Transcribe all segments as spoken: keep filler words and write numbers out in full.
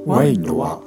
ワインの輪。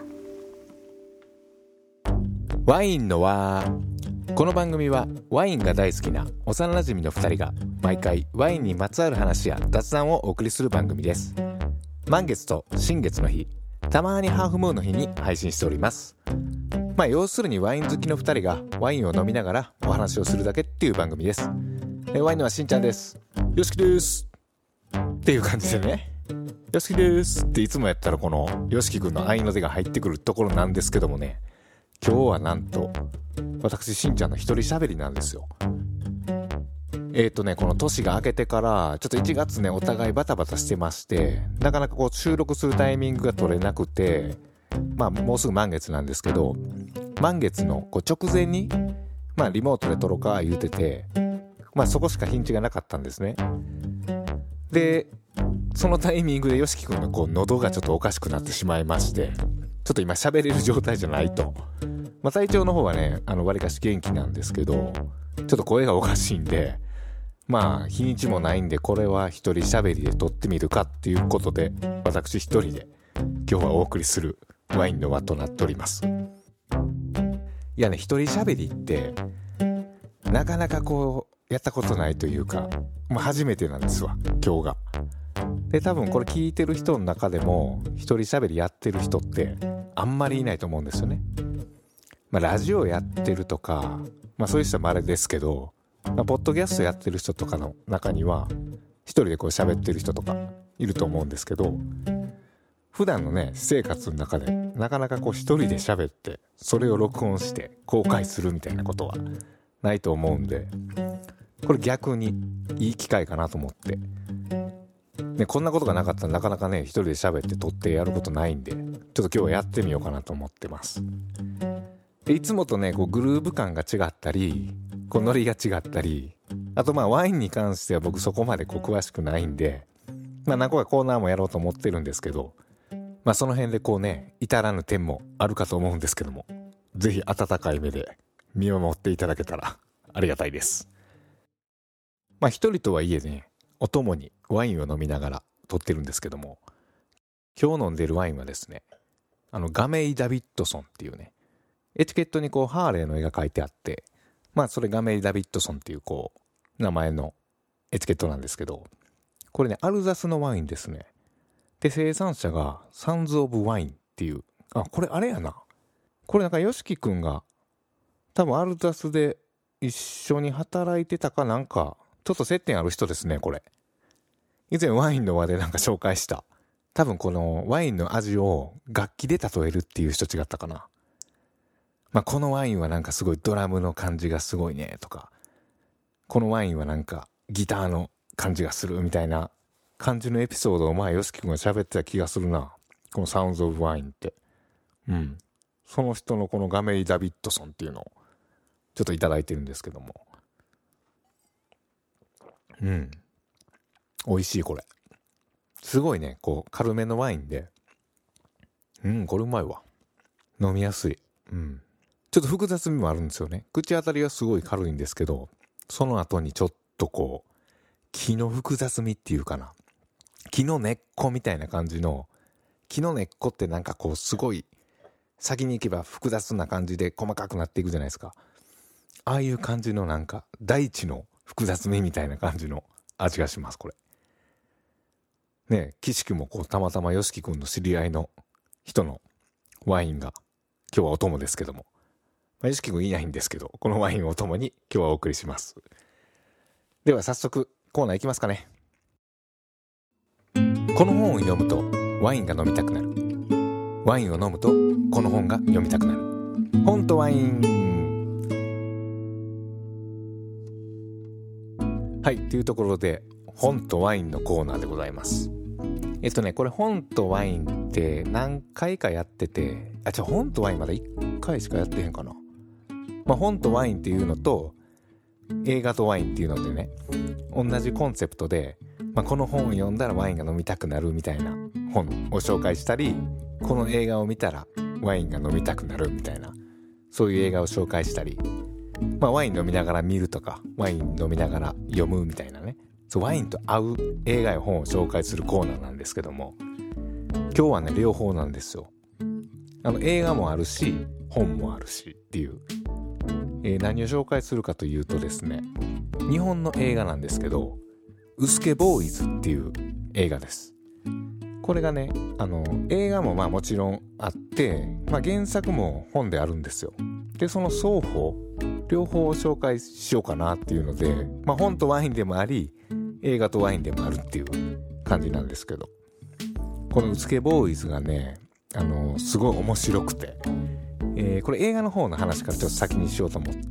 ワインの輪。この番組はワインが大好きな幼馴染のふたりが毎回ワインにまつわる話や雑談をお送りする番組です。満月と新月の日、たまにハーフムーンの日に配信しております。まあ要するにワイン好きのふたりがワインを飲みながらお話をするだけっていう番組です。えワインのはしんちゃんです。よしきですっていう感じでね、よしきですっていつもやったらこのよしきくんの合いの手が入ってくるところなんですけどもね、今日はなんと私しんちゃんの一人喋りなんですよ。えーとねこの年が明けてからちょっといちがつねお互いバタバタしてまして、なかなかこう収録するタイミングが取れなくて、まあもうすぐ満月なんですけど、満月のこう直前にまあリモートで撮ろうか言うてて、まあそこしか日にちがなかったんですね。でそのタイミングでよしきくんのこう喉がちょっとおかしくなってしまいまして、ちょっと今喋れる状態じゃないと。まあ体調の方はねあの割かし元気なんですけど、ちょっと声がおかしいんで、まあ日にちもないんでこれは一人喋りで撮ってみるかっていうことで、私一人で今日はお送りするワインの輪となっております。いやね、一人喋りってなかなかこうやったことないというか、まあ、初めてなんですわ今日が。で多分これ聞いてる人の中でも一人喋りやってる人ってあんまりいないと思うんですよね。まあラジオやってるとか、まあそういう人は稀ですけど、まあ、ポッドキャストやってる人とかの中には一人でこう喋ってる人とかいると思うんですけど、普段のね私生活の中でなかなかこう一人で喋ってそれを録音して公開するみたいなことはないと思うんで、これ逆にいい機会かなと思って、ね、こんなことがなかったらなかなかね一人で喋って撮ってやることないんで、ちょっと今日はやってみようかなと思ってます。でいつもとねこうグルーヴ感が違ったり、こうノリが違ったり、あとまあワインに関しては僕そこまでこう詳しくないんで、まあ何個かコーナーもやろうと思ってるんですけど、まあその辺でこうね至らぬ点もあるかと思うんですけども、ぜひ温かい目で見守っていただけたらありがたいです。まあ一人とはいえね、お供にワインを飲みながら撮ってるんですけども、今日飲んでるワインはですね、あのガメイ・ダビッドソンっていうね、エチケットにこうハーレーの絵が描いてあって、まあそれガメイ・ダビッドソンっていうこう名前のエチケットなんですけど、これねアルザスのワインですね。で生産者がサンズ・オブ・ワインっていう、あこれあれやな、これなんかヨシキくんが多分アルザスで一緒に働いてたかなんかちょっと接点ある人ですね。これ以前ワインの輪でなんか紹介した、多分このワインの味を楽器で例えるっていう人違ったかな。まあこのワインはなんかすごいドラムの感じがすごいねとか、このワインはなんかギターの感じがするみたいな感じのエピソードを前よしきくんが喋ってた気がするな、このサウンズ・オブ・ワインって。うんその人のこのガメイ・ダビッドソンっていうのをちょっといただいてるんですけども、うん美味しい。これすごいねこう軽めのワインで、うんこれうまいわ、飲みやすい。うんちょっと複雑味もあるんですよね。口当たりはすごい軽いんですけど、その後にちょっとこう木の複雑味っていうかな、木の根っこみたいな感じの、木の根っこってなんかこうすごい先に行けば複雑な感じで細かくなっていくじゃないですか。ああいう感じのなんか大地の複雑味みたいな感じの味がします。これね、岸君もこうたまたまよしき君の知り合いの人のワインが今日はお供ですけども、まあ、よしき君いないんですけど、このワインをお供に今日はお送りします。では早速コーナーいきますかね。この本を読むとワインが飲みたくなる、ワインを飲むとこの本が読みたくなる、本とワイン。はいというところで本とワインのコーナーでございます。えっとねこれ本とワインって何回かやってて、あじゃあ本とワインまだいっかいしかやってへんかな。まあ本とワインっていうのと映画とワインっていうのでね同じコンセプトで、まあ、この本を読んだらワインが飲みたくなるみたいな本を紹介したり、この映画を見たらワインが飲みたくなるみたいな、そういう映画を紹介したり、まあワイン飲みながら見るとかワイン飲みながら読むみたいなね、そうワインと合う映画や本を紹介するコーナーなんですけども、今日はね両方なんですよ。 あの映画もあるし本もあるしっていう、えー、何を紹介するかというとですね、日本の映画なんですけど、うすけボーイズっていう映画です。これがね、あの映画もまあもちろんあって、まあ、原作も本であるんですよ。でその双方両方を紹介しようかなっていうので、まあ、本とワインでもあり映画とワインでもあるっていう感じなんですけど、このうすけボーイズがね、あのすごい面白くて、えー、これ映画の方の話からちょっと先にしようと思って、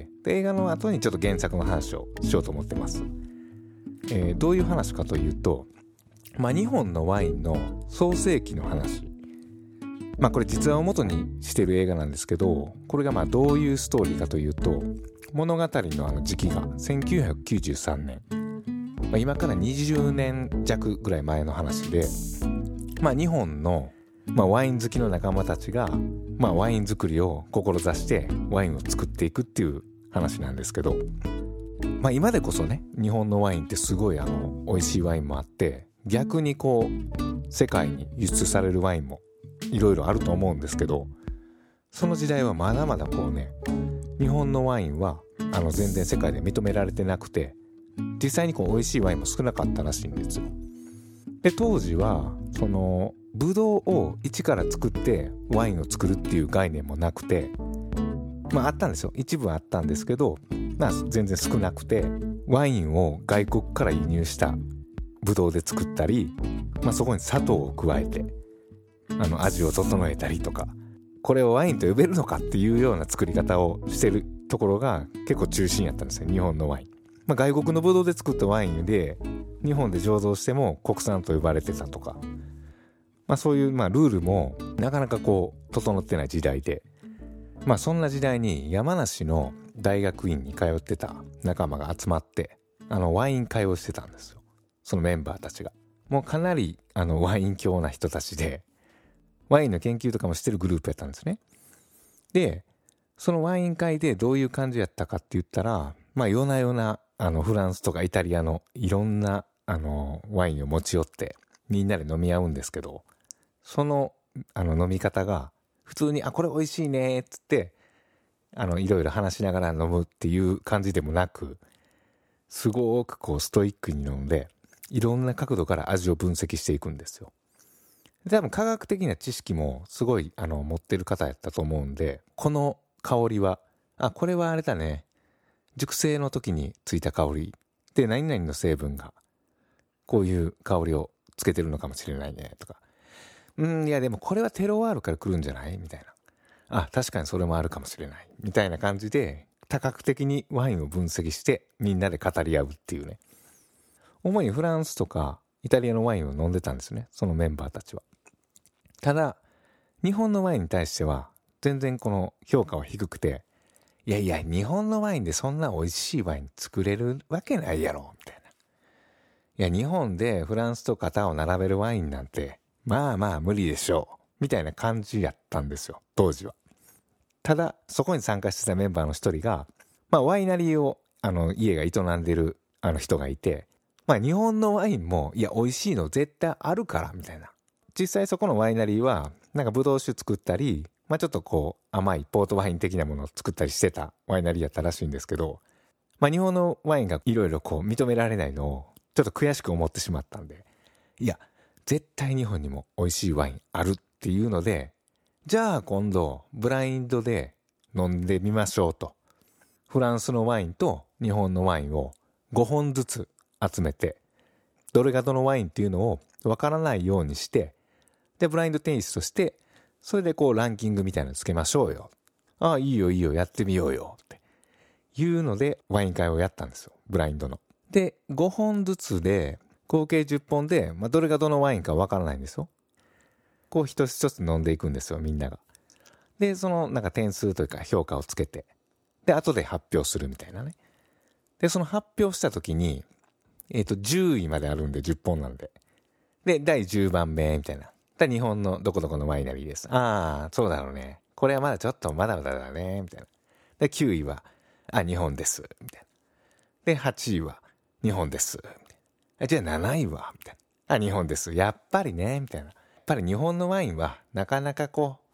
で映画の後にちょっと原作の話をしようと思ってます。えー、どういう話かというと、まあ、日本のワインの創世期の話、まあこれ実話を元にしてる映画なんですけど、これがまあどういうストーリーかというと、物語のあの時期がせんきゅうひゃくきゅうじゅうさんねん、まあ、今からにじゅうねん弱ぐらい前の話で、まあ日本のまあワイン好きの仲間たちがまあワイン作りを志してワインを作っていくっていう話なんですけど、まあ今でこそね、日本のワインってすごいあの美味しいワインもあって、逆にこう世界に輸出されるワインもいろいろあると思うんですけど、その時代はまだまだこうね、日本のワインはあの全然世界で認められてなくて、実際にこう美味しいワインも少なかったらしいんですよ。で当時はそのブドウを一から作ってワインを作るっていう概念もなくて、まああったんですよ、一部あったんですけど、まあ全然少なくて、ワインを外国から輸入したブドウで作ったり、まあ、そこに砂糖を加えてあの味を整えたりとか、これをワインと呼べるのかっていうような作り方をしてるところが結構中心やったんですよ、日本のワイン。まあ、外国のブドウで作ったワインで日本で醸造しても国産と呼ばれてたとか、まあ、そういうまあルールもなかなかこう整ってない時代で、まあそんな時代に山梨の大学院に通ってた仲間が集まってあのワイン会をしてたんですよ。そのメンバーたちがもうかなりあのワイン教な人たちで、ワインの研究とかもしてるグループやったんですね。でそのワイン会でどういう感じやったかって言ったら、まあ夜な夜なあのフランスとかイタリアのいろんなあのワインを持ち寄ってみんなで飲み合うんですけど、そのあの飲み方が普通にあこれ美味しいねっつってあのいろいろ話しながら飲むっていう感じでもなく、すごくこうストイックに飲んでいろんな角度から味を分析していくんですよ。多分科学的な知識もすごいあの持ってる方やったと思うんで、この香りはあこれはあれだね、熟成の時についた香りで何々の成分がこういう香りをつけてるのかもしれないねとか、うんいやでもこれはテロワールから来るんじゃないみたいな、あ確かにそれもあるかもしれないみたいな感じで多角的にワインを分析してみんなで語り合うっていうね。主にフランスとかイタリアのワインを飲んでたんですね、そのメンバーたちは。ただ日本のワインに対しては全然この評価は低くて、いやいや日本のワインでそんな美味しいワイン作れるわけないやろみたいな、いや日本でフランスと肩を並べるワインなんてまあまあ無理でしょうみたいな感じやったんですよ当時は。ただそこに参加してたメンバーの一人が、まあ、ワイナリーをあの家が営んでるあの人がいて、まあ日本のワインもいや美味しいの絶対あるからみたいな、実際そこのワイナリーはなんかブドウ酒作ったり、まあちょっとこう甘いポートワイン的なものを作ったりしてたワイナリーやったらしいんですけど、まあ日本のワインがいろいろこう認められないのをちょっと悔しく思ってしまったんで、いや絶対日本にも美味しいワインあるっていうので、じゃあ今度ブラインドで飲んでみましょうと、フランスのワインと日本のワインをごほんずつ集めて、どれがどのワインっていうのをわからないようにして、でブラインドテイストして、それでこうランキングみたいなのつけましょうよ、ああいいよいいよやってみようよっていうのでワイン会をやったんですよ、ブラインドの。でごほんずつで合計じゅっぽんで、まあ、どれがどのワインかわからないんですよ。こう一つ一つ飲んでいくんですよみんなが。でそのなんか点数というか評価をつけて、で後で発表するみたいなね。でその発表した時にえっとじゅういまであるんでじゅっぽんなんで、でだいじゅうばんめみたいな、だ日本のどこどこのワイナリーです、ああそうだろうね、これはまだちょっとまだまだだねみたいな。できゅういはあ日本ですみたいな。ではちいは日本ですみたいな。じゃあなないはみたいな、あ日本ですやっぱりねみたいな。やっぱり日本のワインはなかなかこう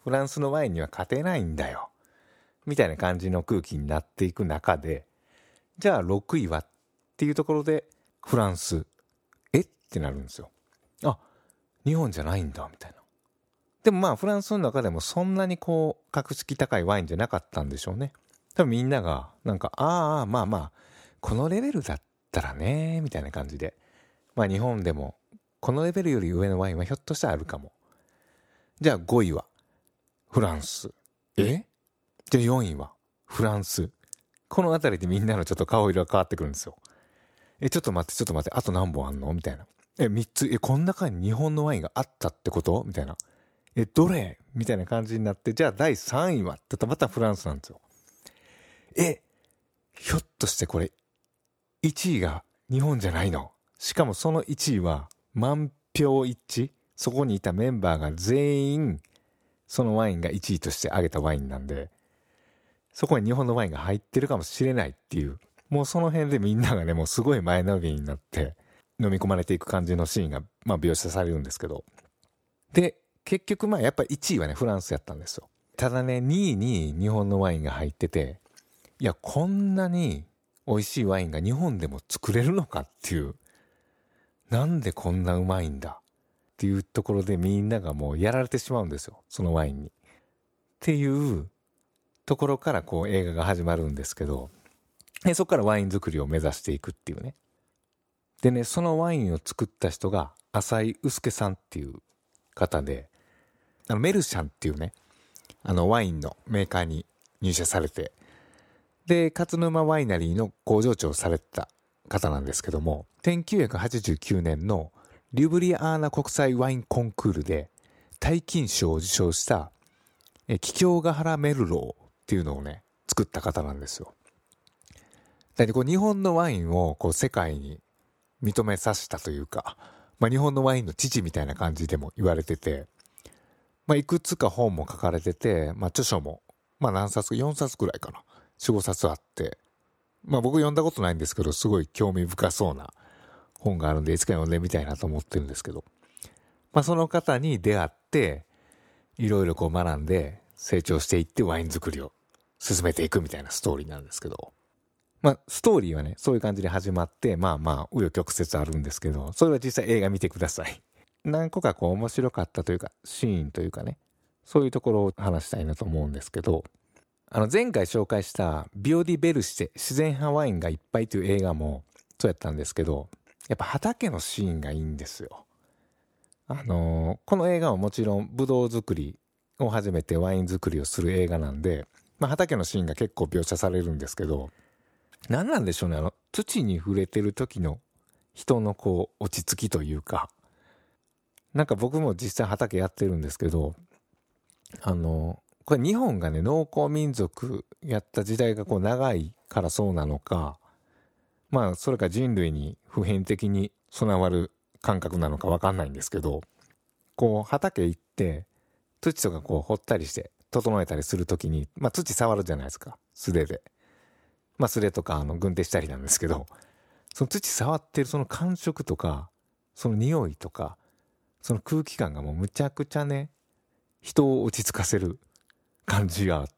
フランスのワインには勝てないんだよみたいな感じの空気になっていく中で、じゃあろくいはっていうところでフランス、えってなるんですよ。あ、日本じゃないんだみたいな。でもまあフランスの中でもそんなにこう格式高いワインじゃなかったんでしょうね。多分みんながなんかああまあまあこのレベルだったらねみたいな感じで、まあ日本でもこのレベルより上のワインはひょっとしたらあるかも。じゃあごいはフランス。え？じゃあよんいはフランス。このあたりでみんなのちょっと顔色が変わってくるんですよ。え、ちょっと待ってちょっと待って、あと何本あんのみたいな。え、みっつ、え、この中に日本のワインがあったってことみたいな。え、どれみたいな感じになって、じゃあだいさんいはって言ったらまたフランスなんですよ。え、ひょっとしてこれいちいが日本じゃないの？しかもそのいちいは満票一致、そこにいたメンバーが全員そのワインがいちいとして挙げたワインなんで、そこに日本のワインが入ってるかもしれないっていう、もうその辺でみんながねもうすごい前のめりになって飲み込まれていく感じのシーンがまあ描写されるんですけど、で結局まあやっぱりいちいはねフランスやったんですよ。ただねにいに日本のワインが入ってて、いやこんなに美味しいワインが日本でも作れるのかっていう、なんでこんなうまいんだっていうところでみんながもうやられてしまうんですよ、そのワインにっていうところからこう映画が始まるんですけど、でそこからワイン作りを目指していくっていうね。でね、そのワインを作った人が浅井臼介さんっていう方で、あのメルシャンっていうねあのワインのメーカーに入社されて、で勝沼ワイナリーの工場長をされてた方なんですけども、せんきゅうひゃくはちじゅうきゅうねんのリュブリアーナ国際ワインコンクールで大金賞を受賞した桔梗ヶ原メルローっていうのをね作った方なんですよ。だってこう日本のワインをこう世界に認めさせたというか、まあ、日本のワインの父みたいな感じでも言われてて、まあ、いくつか本も書かれてて、まあ、著書もまあ何冊よんさつくらいかな、よん、ごさつあって、まあ僕読んだことないんですけどすごい興味深そうな本があるんでいつか読んでみたいなと思ってるんですけど、まあその方に出会っていろいろこう学んで成長していってワイン作りを進めていくみたいなストーリーなんですけど、まあストーリーはねそういう感じで始まって、まあまあ紆余曲折あるんですけど、それは実際映画見てください。何個かこう面白かったというかシーンというかね、そういうところを話したいなと思うんですけど、あの前回紹介したビオディベルシテ自然派ワインがいっぱいという映画もそうやったんですけど、やっぱ畑のシーンがいいんですよ。あのー、この映画はもちろんブドウ作りを始めてワイン作りをする映画なんで、まあ、畑のシーンが結構描写されるんですけど、何なんでしょうね、あの土に触れてる時の人のこう落ち着きというか、なんか僕も実際畑やってるんですけど、あのーこれ日本がね農耕民族やった時代がこう長いからそうなのか、まあそれか人類に普遍的に備わる感覚なのか分かんないんですけど、こう畑行って土とかこう掘ったりして整えたりするときに、まあ土触るじゃないですか、素手で。まあ素手とかあの軍手したりなんですけど、その土触ってるその感触とかその匂いとかその空気感がもうむちゃくちゃね人を落ち着かせる感じがあって、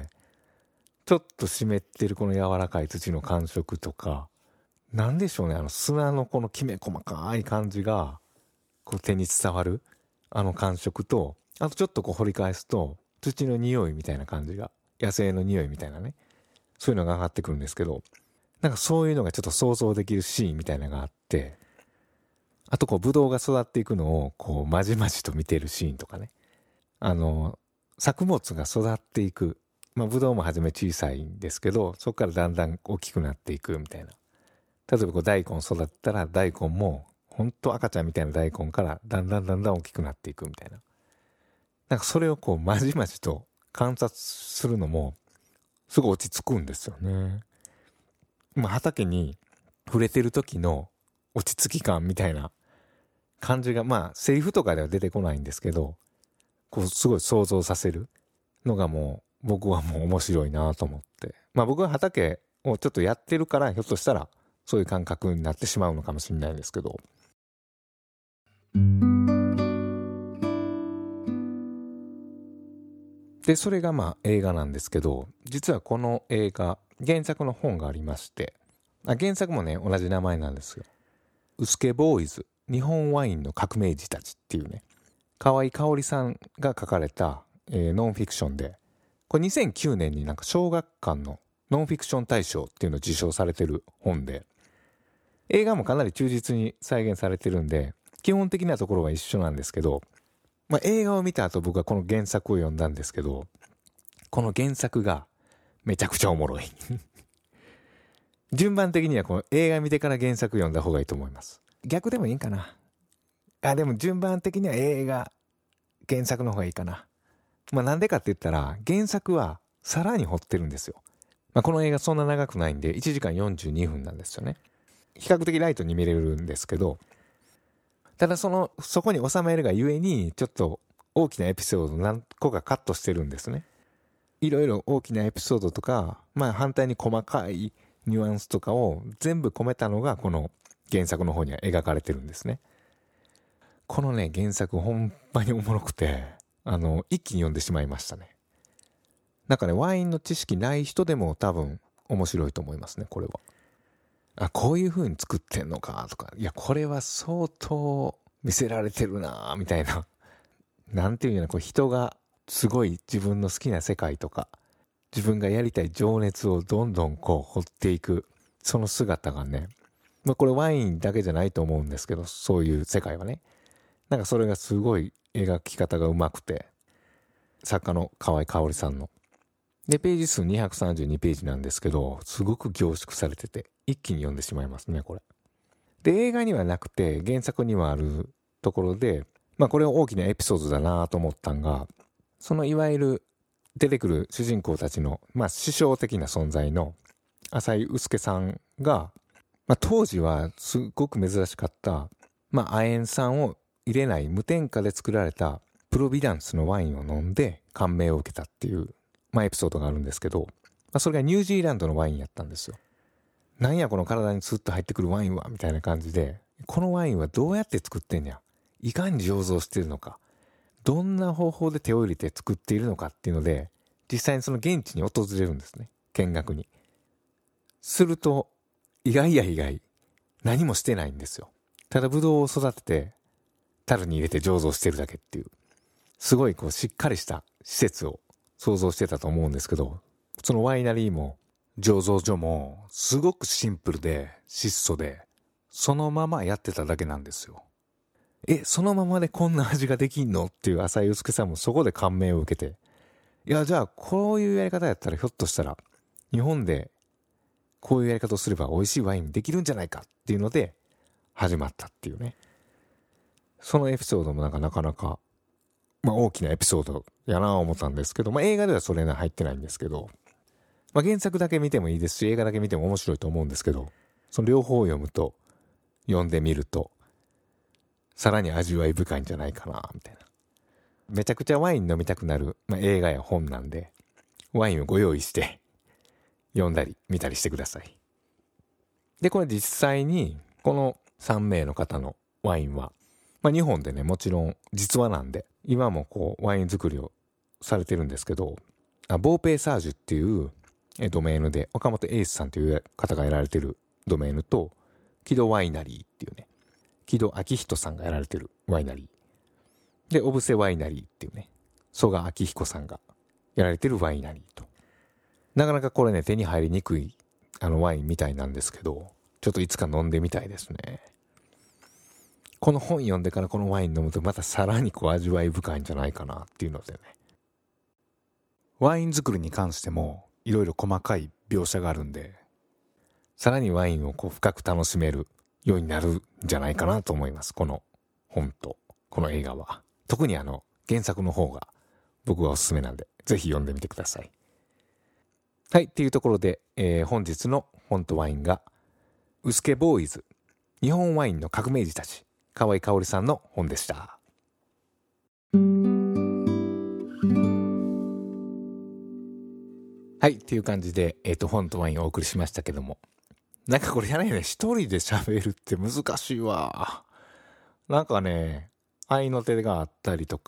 ちょっと湿ってるこの柔らかい土の感触とか、なんでしょうね、あの砂のこのきめ細かい感じがこう手に伝わるあの感触と、あとちょっとこう掘り返すと土の匂いみたいな感じが、野生の匂いみたいなね、そういうのが上がってくるんですけど、なんかそういうのがちょっと想像できるシーンみたいなのがあって、あとこうブドウが育っていくのをこうまじまじと見てるシーンとかね、あの作物が育っていく、まあブドウも初め小さいんですけど、そこからだんだん大きくなっていくみたいな。例えばこう大根育ったら大根も本当赤ちゃんみたいな大根からだんだんだんだん大きくなっていくみたいな。なんかそれをこうまじまじと観察するのもすごい落ち着くんですよね。まあ畑に触れてる時の落ち着き感みたいな感じが、まあセリフとかでは出てこないんですけど、こうすごい想像させるのがもう僕はもう面白いなと思って、まあ僕は畑をちょっとやってるからひょっとしたらそういう感覚になってしまうのかもしれないんですけど、 でそれがまあ映画なんですけど、実はこの映画原作の本がありまして、あ原作もね同じ名前なんですよ。うすけボーイズ日本ワインの革命児たちっていうね、河合香織さんが書かれた、えー、ノンフィクションで、これにせんきゅうねんになんか小学館のノンフィクション大賞っていうのを受賞されてる本で、映画もかなり忠実に再現されてるんで基本的なところは一緒なんですけど、まあ、映画を見た後僕はこの原作を読んだんですけど、この原作がめちゃくちゃおもろい順番的にはこの映画見てから原作読んだ方がいいと思います。逆でもいいんかなあ、でも順番的には映画原作の方がいいかな。まあなんでかって言ったら原作はさらに掘ってるんですよ。まあ、この映画そんな長くないんでいちじかんよんじゅうにふんなんですよね。比較的ライトに見れるんですけど、ただそのそこに収めるがゆえにちょっと大きなエピソード何個かカットしてるんですね。いろいろ大きなエピソードとか、まあ反対に細かいニュアンスとかを全部込めたのがこの原作の方には描かれてるんですね。このね原作ほんまにおもろくて、あの一気に読んでしまいましたね。なんかねワインの知識ない人でも多分面白いと思いますね。これはあこういう風に作ってんのかとか、いやこれは相当見せられてるなみたいな、なんていうの、こう人がすごい自分の好きな世界とか自分がやりたい情熱をどんどんこう掘っていくその姿がね、まあ、これワインだけじゃないと思うんですけど、そういう世界はね、なんかそれがすごい描き方がうまくて、作家の河合香織さんのでページ数にひゃくさんじゅうにページなんですけど、すごく凝縮されてて一気に読んでしまいますねこれで。映画にはなくて原作にはあるところで、まあこれは大きなエピソードだなと思ったんが、そのいわゆる出てくる主人公たちのまあ師匠的な存在の浅井宇助さんが、まあ、当時はすごく珍しかったまあ亜鉛酸を入れない無添加で作られたプロビダンスのワインを飲んで感銘を受けたっていうまあエピソードがあるんですけど、まあ、それがニュージーランドのワインやったんですよ。なんやこの体にスッと入ってくるワインはみたいな感じで、このワインはどうやって作ってんや、いかに醸造してるのか、どんな方法で手を入れて作っているのかっていうので、実際にその現地に訪れるんですね、見学に。すると意外や意外何もしてないんですよ。ただブドウを育てて樽に入れて醸造してるだけっていう、すごいこうしっかりした施設を想像してたと思うんですけど、そのワイナリーも醸造所もすごくシンプルで質素で、そのままやってただけなんですよ。えそのままでこんな味ができんのっていう浅井祐介さんもそこで感銘を受けて、いやじゃあこういうやり方やったらひょっとしたら日本でこういうやり方をすれば美味しいワインできるんじゃないかっていうので始まったっていうね。そのエピソードもなんかなかなかまあ大きなエピソードやなぁ思ったんですけど、まあ映画ではそれが入ってないんですけど、まあ原作だけ見てもいいですし映画だけ見ても面白いと思うんですけど、その両方を読むと読んでみるとさらに味わい深いんじゃないかなみたいな。めちゃくちゃワイン飲みたくなる、まあ、映画や本なんでワインをご用意して読んだり見たりしてください。でこれ実際にこのさん名の方のワインは、まあ、日本でねもちろん実話なんで今もこうワイン作りをされてるんですけど、あボーペーサージュっていうドメーヌで岡本英史さんという方がやられてるドメーヌと木戸ワイナリーっていうね木戸昭仁さんがやられてるワイナリーでオブセワイナリーっていうね曽我明彦さんがやられてるワイナリーと、なかなかこれね手に入りにくいあのワインみたいなんですけど、ちょっといつか飲んでみたいですね。この本読んでからこのワイン飲むとまたさらにこう味わい深いんじゃないかなっていうのでね。ワイン作りに関してもいろいろ細かい描写があるんで、さらにワインをこう深く楽しめるようになるんじゃないかなと思います。この本とこの映画は特にあの原作の方が僕はおすすめなんでぜひ読んでみてください。はいっていうところで、えー、本日の本とワインがうすけボーイズ日本ワインの革命児たち河合香織さんの本でした。はいっていう感じで、えー、と本とワインをお送りしましたけども、なんかこれやね一人で喋るって難しいわ。なんかね合いの手があったりとか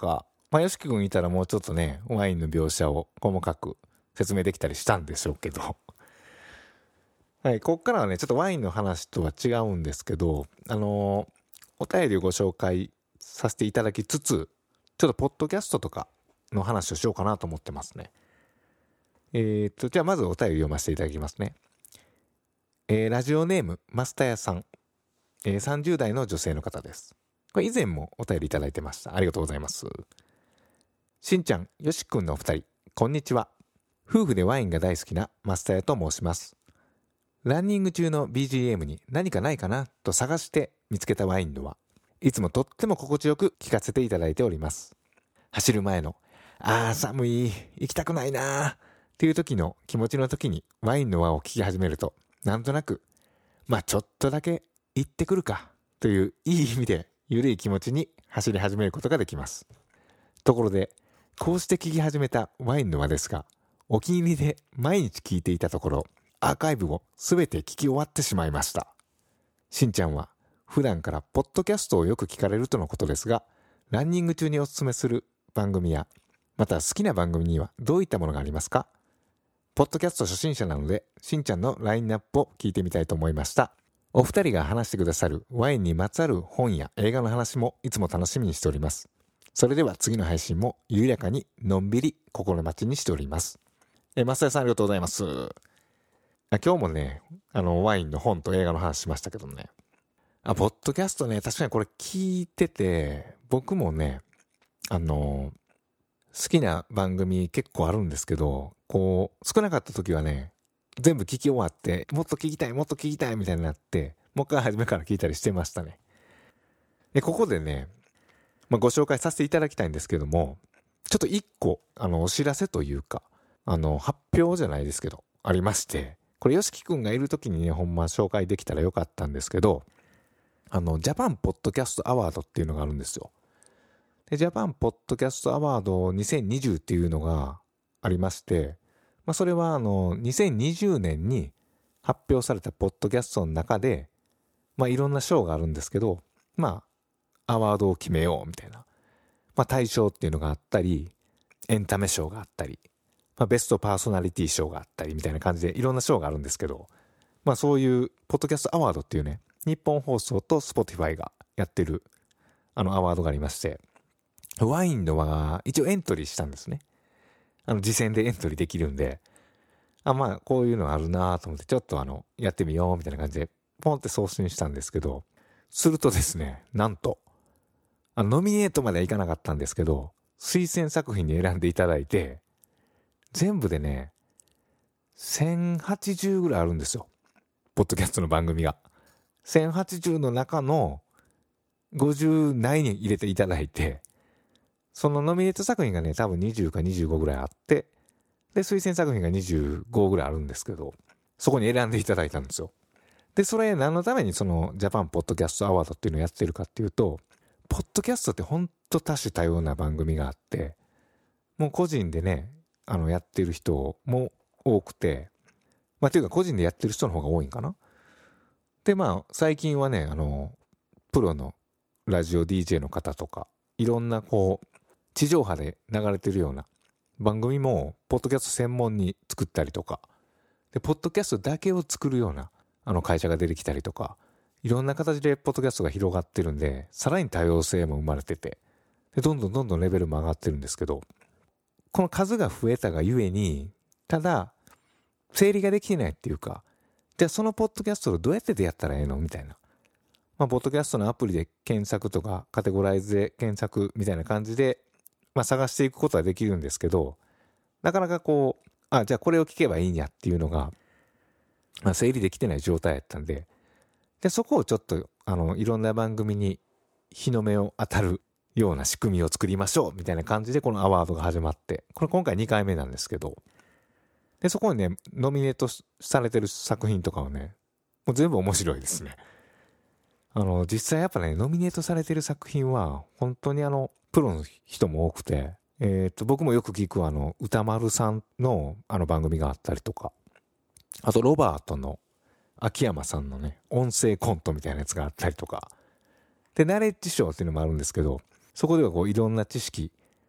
まあ、よしき君いたらもうちょっとね、ワインの描写を細かく説明できたりしたんでしょうけど。はい、ここからはね、ちょっとワインの話とは違うんですけど、あのー、お便りをご紹介させていただきつつ、ちょっとポッドキャストとかの話をしようかなと思ってますね。えーと、じゃあまずお便り読ませていただきますね。えー、ラジオネーム、マスタヤさん、えー。さんじゅう代の女性の方です。これ以前もお便りいただいてました。ありがとうございます。しんちゃん、よしくんのお二人、こんにちは。夫婦でワインが大好きなマスタヤと申します。ランニング中の ビージーエム に何かないかなと探して見つけたワインのはいつもとっても心地よく聞かせていただいております。走る前のあー寒い、行きたくないなーっていう時の気持ちの時にワインの輪を聞き始めると、なんとなくまあちょっとだけ行ってくるかといういい意味で緩い気持ちに走り始めることができます。ところでこうして聞き始めたワインの輪ですが、お気に入りで毎日聞いていたところアーカイブをすべて聞き終わってしまいました。しんちゃんは普段からポッドキャストをよく聞かれるとのことですが、ランニング中におすすめする番組やまた好きな番組にはどういったものがありますか？ポッドキャスト初心者なのでしんちゃんのラインナップを聞いてみたいと思いました。お二人が話してくださるワインにまつわる本や映画の話もいつも楽しみにしております。それでは次の配信も緩やかにのんびり心待ちにしております。えマスターさんありがとうございます。今日もね、あのワインの本と映画の話しましたけどね。あ、ポッドキャストね、確かにこれ聞いてて、僕もね、あの、好きな番組結構あるんですけど、こう、少なかった時はね、全部聞き終わって、もっと聞きたい、もっと聞きたいみたいになって、もう一回初めから聞いたりしてましたね。で、ここでね、まあ、ご紹介させていただきたいんですけども、ちょっと一個、あの、お知らせというか、あの、発表じゃないですけど、ありまして、これ、よしきくんがいる時にね、ほんま紹介できたらよかったんですけど、あの、ジャパンポッドキャストアワードっていうのがあるんですよ。で、ジャパンポッドキャストアワードにせんにじゅうっていうのがありまして、まあ、それはあの、にせんにじゅうねんに発表されたポッドキャストの中で、まあ、いろんな賞があるんですけど、まあ、アワードを決めようみたいな。まあ、大賞っていうのがあったり、エンタメ賞があったり、まあ、ベストパーソナリティ賞があったりみたいな感じでいろんな賞があるんですけど、まあ、そういうポッドキャストアワードっていうね、日本放送と Spotify がやってるあのアワードがありまして、ワインの輪が一応エントリーしたんですね。あの、次戦でエントリーできるんで、あ、まあ、こういうのあるなと思って、ちょっとあの、やってみようみたいな感じで、ポンって送信したんですけど、するとですね、なんと、あの、ノミネートまではいかなかったんですけど、推薦作品に選んでいただいて、全部でね、せんはちじゅうぐらいあるんですよ。ポッドキャストの番組が。せんはちじゅうの中のごじゅう内に入れていただいて、そのノミネート作品がね、多分にじゅうかにじゅうごぐらいあって、で、推薦作品がにじゅうごぐらいあるんですけど、そこに選んでいただいたんですよ。で、それ何のためにそのジャパンポッドキャストアワードっていうのをやってるかっていうと、ポッドキャストってほんと多種多様な番組があって、もう個人でね、あの、やってる人も多くて、まあ、というか個人でやってる人の方が多いんかな。で、まあ、最近はね、あの、プロのラジオ ディージェー の方とか、いろんなこう、地上波で流れてるような番組も、ポッドキャスト専門に作ったりとか、で、ポッドキャストだけを作るような、あの会社が出てきたりとか、いろんな形でポッドキャストが広がってるんで、さらに多様性も生まれてて、で、どんどんどんどんレベルも上がってるんですけど、この数が増えたがゆえに、ただ、整理ができてないっていうか、じゃあそのポッドキャストをどうやって出会ったらええのみたいな。まあ、ポッドキャストのアプリで検索とか、カテゴライズで検索みたいな感じで、まあ、探していくことはできるんですけど、なかなかこう、あ、じゃあこれを聞けばいいんやっていうのが、まあ、整理できてない状態やったんで、で、そこをちょっと、あの、いろんな番組に日の目を当たるような仕組みを作りましょうみたいな感じでこのアワードが始まって、これ今回にかいめなんですけど、で、そこにね、ノミネートされてる作品とかはね、もう全部面白いですね。あの、実際やっぱね、ノミネートされてる作品は、本当にあの、プロの人も多くて、えっと、僕もよく聞くあの、歌丸さんのあの番組があったりとか、あとロバートの秋山さんのね、音声コントみたいなやつがあったりとか、で、ナレッジショーっていうのもあるんですけど、そこではこう、いろんな知識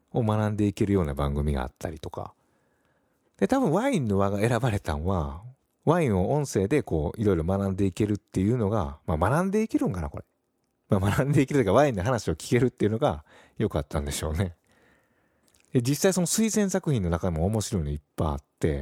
を学んでいけるような番組があったりとか。で、多分ワインの輪が選ばれたんは、ワインを音声でこういろいろ学んでいけるっていうのが、まあ学んでいけるんかなこれ。まあ学んでいけるというかワインの話を聞けるっていうのが良かったんでしょうね。で、実際その推薦作品の中でも面白いのいっぱいあって、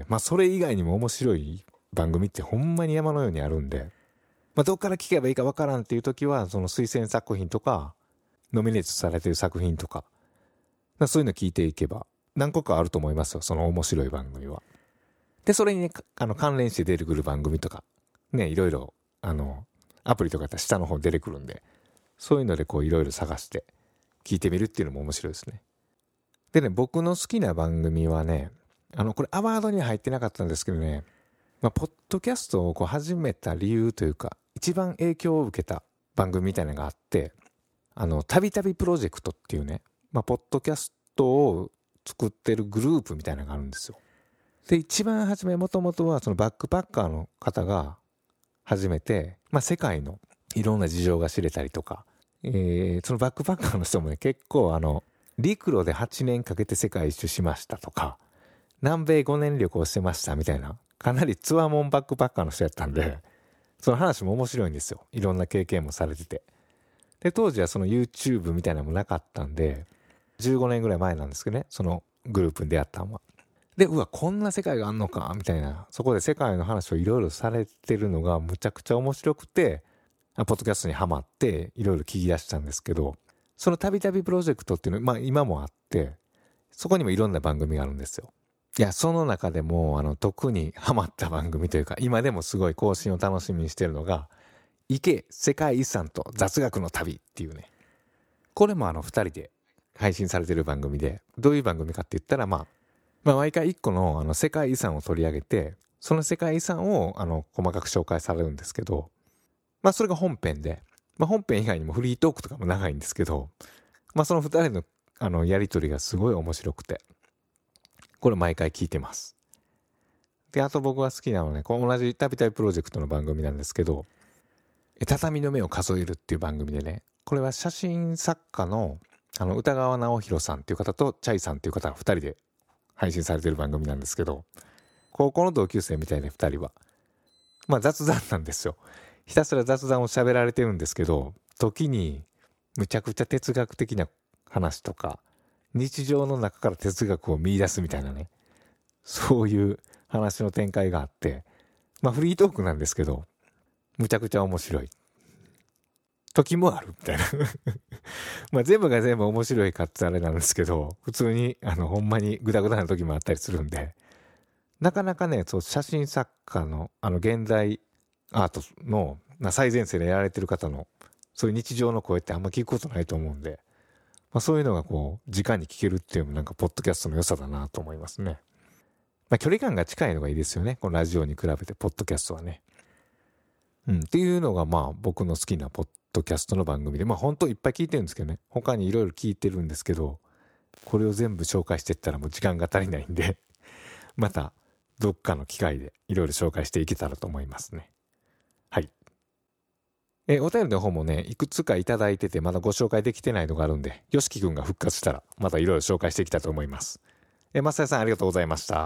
まあそれ以外にも面白い番組ってほんまに山のようにあるんで、まあどっから聞けばいいかわからんっていう時は、その推薦作品とか、ノミネートされてる作品とか、そういうの聞いていけば何個かあると思いますよ、その面白い番組は。で、それにね、あの関連して出てくる番組とか、ね、いろいろ、あの、アプリとかやったら下の方出てくるんで、そういうのでこういろいろ探して聞いてみるっていうのも面白いですね。でね、僕の好きな番組はね、あの、これアワードには入ってなかったんですけどね、まあ、ポッドキャストをこう始めた理由というか、一番影響を受けた番組みたいなのがあって、あの、たびたびプロジェクトっていうね、まあ、ポッドキャストを作ってるグループみたいなのがあるんですよ。で、一番初めもともとはそのバックパッカーの方が始めて、まあ、世界のいろんな事情が知れたりとか、えー、そのバックパッカーの人もね、結構あの、陸路ではちねんかけて世界一周しましたとか、南米ごねん旅行してましたみたいな、かなりツアーモンバックパッカーの人やったんで、その話も面白いんですよ。いろんな経験もされてて。で、当時はその YouTube みたいなのもなかったんで、じゅうごねんぐらい前なんですけどね、そのグループに出会ったのは。で、うわ、こんな世界があんのかみたいな、そこで世界の話をいろいろされてるのがむちゃくちゃ面白くて、ポッドキャストにハマっていろいろ聞き出したんですけど、そのたびたびプロジェクトっていうのは、まあ今もあって、そこにもいろんな番組があるんですよ。いや、その中でも、あの、特にハマった番組というか、今でもすごい更新を楽しみにしてるのが、行け世界遺産と雑学の旅っていうね。これもあの、二人で配信されてる番組で、どういう番組かって言ったら、まあ、まあ、毎回一個のあの、世界遺産を取り上げて、その世界遺産をあの、細かく紹介されるんですけど、まあ、それが本編で、まあ、本編以外にもフリートークとかも長いんですけど、まあ、その二人のあの、やりとりがすごい面白くて、これ毎回聞いてます。で、あと僕が好きなのはね、この同じたびたびプロジェクトの番組なんですけど、畳の目を数えるっていう番組でね、これは写真作家のあの歌川直弘さんっていう方とチャイさんっていう方がふたりで配信されてる番組なんですけど、高校の同級生みたいなふたりは、まあ雑談なんですよ。ひたすら雑談を喋られてるんですけど、時にむちゃくちゃ哲学的な話とか、日常の中から哲学を見出すみたいなね、そういう話の展開があって、まあフリートークなんですけど、むちゃくちゃ面白い時もあるみたいなまあ全部が全部面白いかってあれなんですけど、普通にあのほんまにグダグダな時もあったりするんで、なかなかね、そう写真作家のあの現代アートの最前線でやられてる方のそういう日常の声ってあんま聞くことないと思うんで、まあ、そういうのがこう直に聞けるっていうのもなんかポッドキャストの良さだなと思いますね。まあ距離感が近いのがいいですよね、このラジオに比べてポッドキャストはね。うん、っていうのがまあ僕の好きなポッドキャストの番組で、まあ本当いっぱい聞いてるんですけどね、他にいろいろ聞いてるんですけど、これを全部紹介していったらもう時間が足りないんでまたどっかの機会でいろいろ紹介していけたらと思いますね。はい。え、お便りの方もね、いくつかいただいててまだご紹介できてないのがあるんで、よしきくんが復活したらまたいろいろ紹介していきたいと思います。え、まさやさんありがとうございました。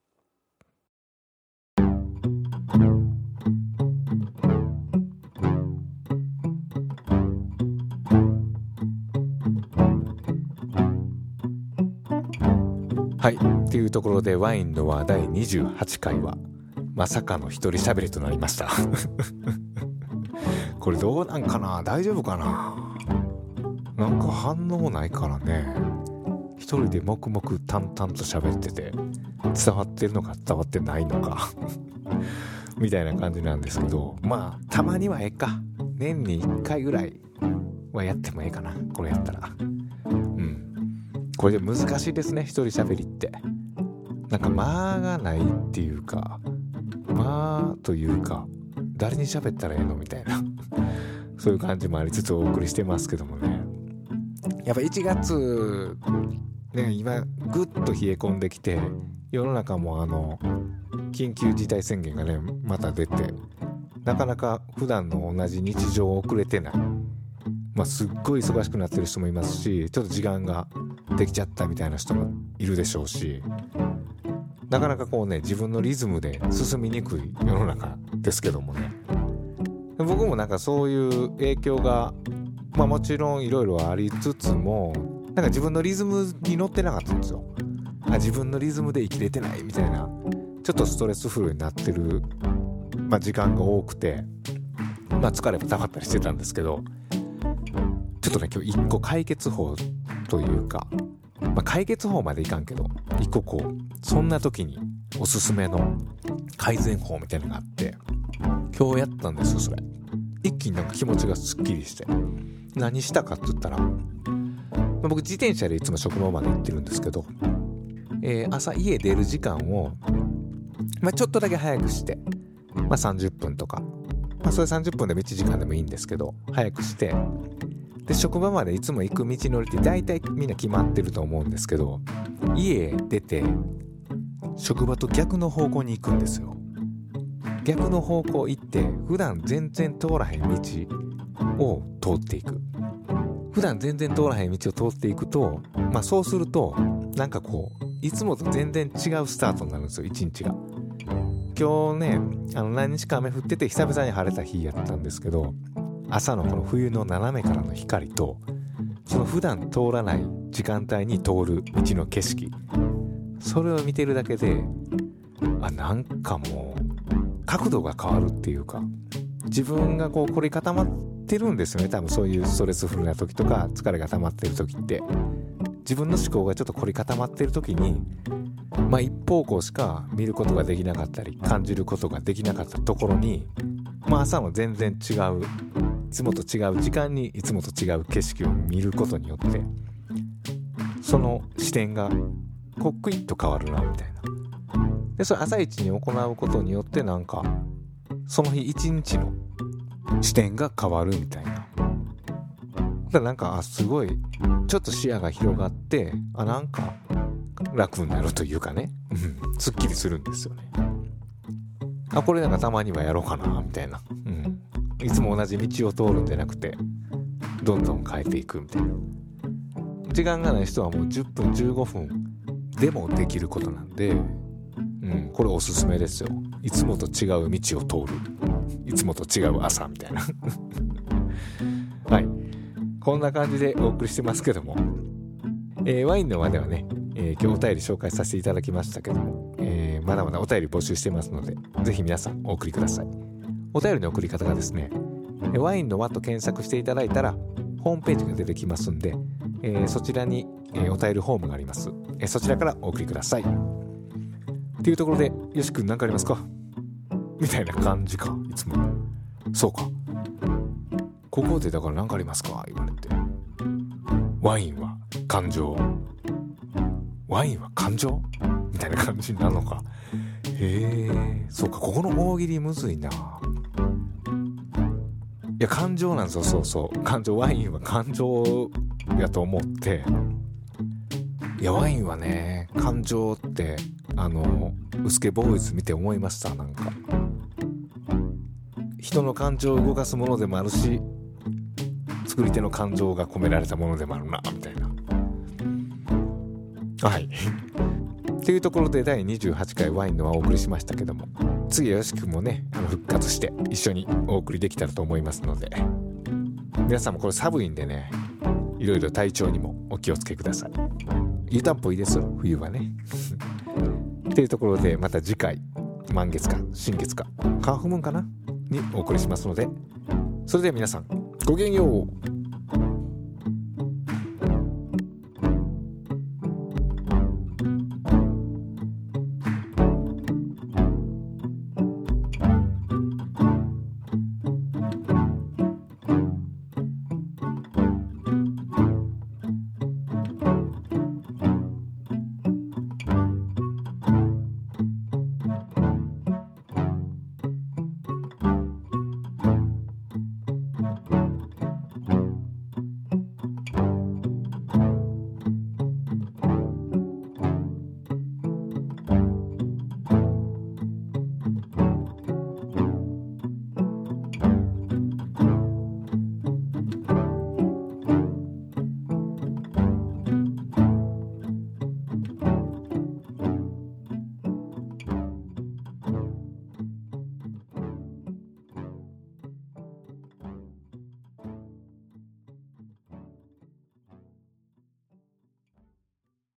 はい、っていうところでワインの輪だいにじゅうはちかいはまさかの一人喋りとなりましたこれどうなんかな、大丈夫かな、なんか反応ないからね、一人で黙々淡々と喋ってて伝わってるのか伝わってないのかみたいな感じなんですけど、まあたまにはええか、年にいっかいぐらいはやってもええかな、これやったら。これで難しいですね、一人喋りって。なんか間がないっていうか、間というか誰に喋ったらええのみたいなそういう感じもありつつお送りしてますけどもね。やっぱいちがつね、今ぐっと冷え込んできて、世の中もあの緊急事態宣言がねまた出て、なかなか普段の同じ日常を送れてない。 まあ、すっごい忙しくなってる人もいますし、ちょっと時間ができちゃったみたいな人もいるでしょうし、なかなかこうね自分のリズムで進みにくい世の中ですけどもね、僕もなんかそういう影響がまあもちろんいろいろありつつも、なんか自分のリズムに乗ってなかったんですよ。あ、自分のリズムで生きれてないみたいな、ちょっとストレスフルになってる、まあ、時間が多くて、まあ疲れも溜まったりしてたんですけど、ちょっとね今日一個解決法というか、まあ、解決法までいかんけど一個こうそんな時におすすめの改善法みたいなのがあって、今日やったんですよ。それ一気になんか気持ちがすっきりして、何したかって言ったら、まあ、僕自転車でいつも職場まで行ってるんですけど、えー、朝家出る時間を、まあ、ちょっとだけ早くして、まあ、さんじゅっぷんとか、まあ、それさんじゅっぷんでもいちじかんでもいいんですけど早くして、で職場までいつも行く道のりって大体みんな決まってると思うんですけど、家出て職場と逆の方向に行くんですよ。逆の方向行って普段全然通らへん道を通っていく。普段全然通らへん道を通っていくと、まあそうするとなんかこういつもと全然違うスタートになるんですよ、一日が。今日ねあの何日か雨降ってて久々に晴れた日やったんですけど、朝のこの冬の斜めからの光と、その普段通らない時間帯に通る道の景色、それを見てるだけで、あ、なんかもう角度が変わるっていうか、自分がこう凝り固まってるんですよね。多分そういうストレスフルな時とか疲れが溜まってる時って、自分の思考がちょっと凝り固まってる時に、まあ一方向しか見ることができなかったり感じることができなかったところに、まあ朝の全然違う、いつもと違う時間にいつもと違う景色を見ることによって、その視点がこうクイッと変わるなみたいな。でそれ朝一に行うことによって、なんかその日一日の視点が変わるみたいな。だからなんかあすごいちょっと視野が広がって、あなんか楽になるというかね、うん、すっきりするんですよね。あこれなんかたまにはやろうかなみたいな、うん、いつも同じ道を通るんじゃなくてどんどん変えていくみたいな。時間がない人はもうじゅっぷんじゅうごふんでもできることなんで、うん、これおすすめですよ。いつもと違う道を通る、いつもと違う朝みたいなはい、こんな感じでお送りしてますけども、えー、ワインの輪ではね、えー、今日お便り紹介させていただきましたけども、えー、まだまだお便り募集してますので、ぜひ皆さんお送りください。お便りの送り方がですね、ワインの輪と検索していただいたらホームページが出てきますんで、えー、そちらに、えー、お便りフォームがあります、えー、そちらからお送りくださいっていうところで、よし君何かありますかみたいな感じか。いつもそうか、ここでだから何かありますか言われて、ワインは感情、ワインは感情みたいな感じになるのか。へえ、そうか、ここの大喜利むずいな。いや感情なんですよ。そうそう感情、ワインは感情やと思って、いやワインはね感情ってあのウスケボーイズ見て思いました。なんか人の感情を動かすものでもあるし、作り手の感情が込められたものでもあるなみたいな。はいっていうところでだいにじゅうはちかいワインの輪をお送りしましたけども、次はよしくんもねあの復活して一緒にお送りできたらと思いますので、皆さんもこれ寒いんでね、いろいろ体調にもお気をつけください。湯たんぽいいですよ冬はねっていうところで、また次回満月か新月かカンフムーンかなにお送りしますので、それでは皆さんごきげんよう。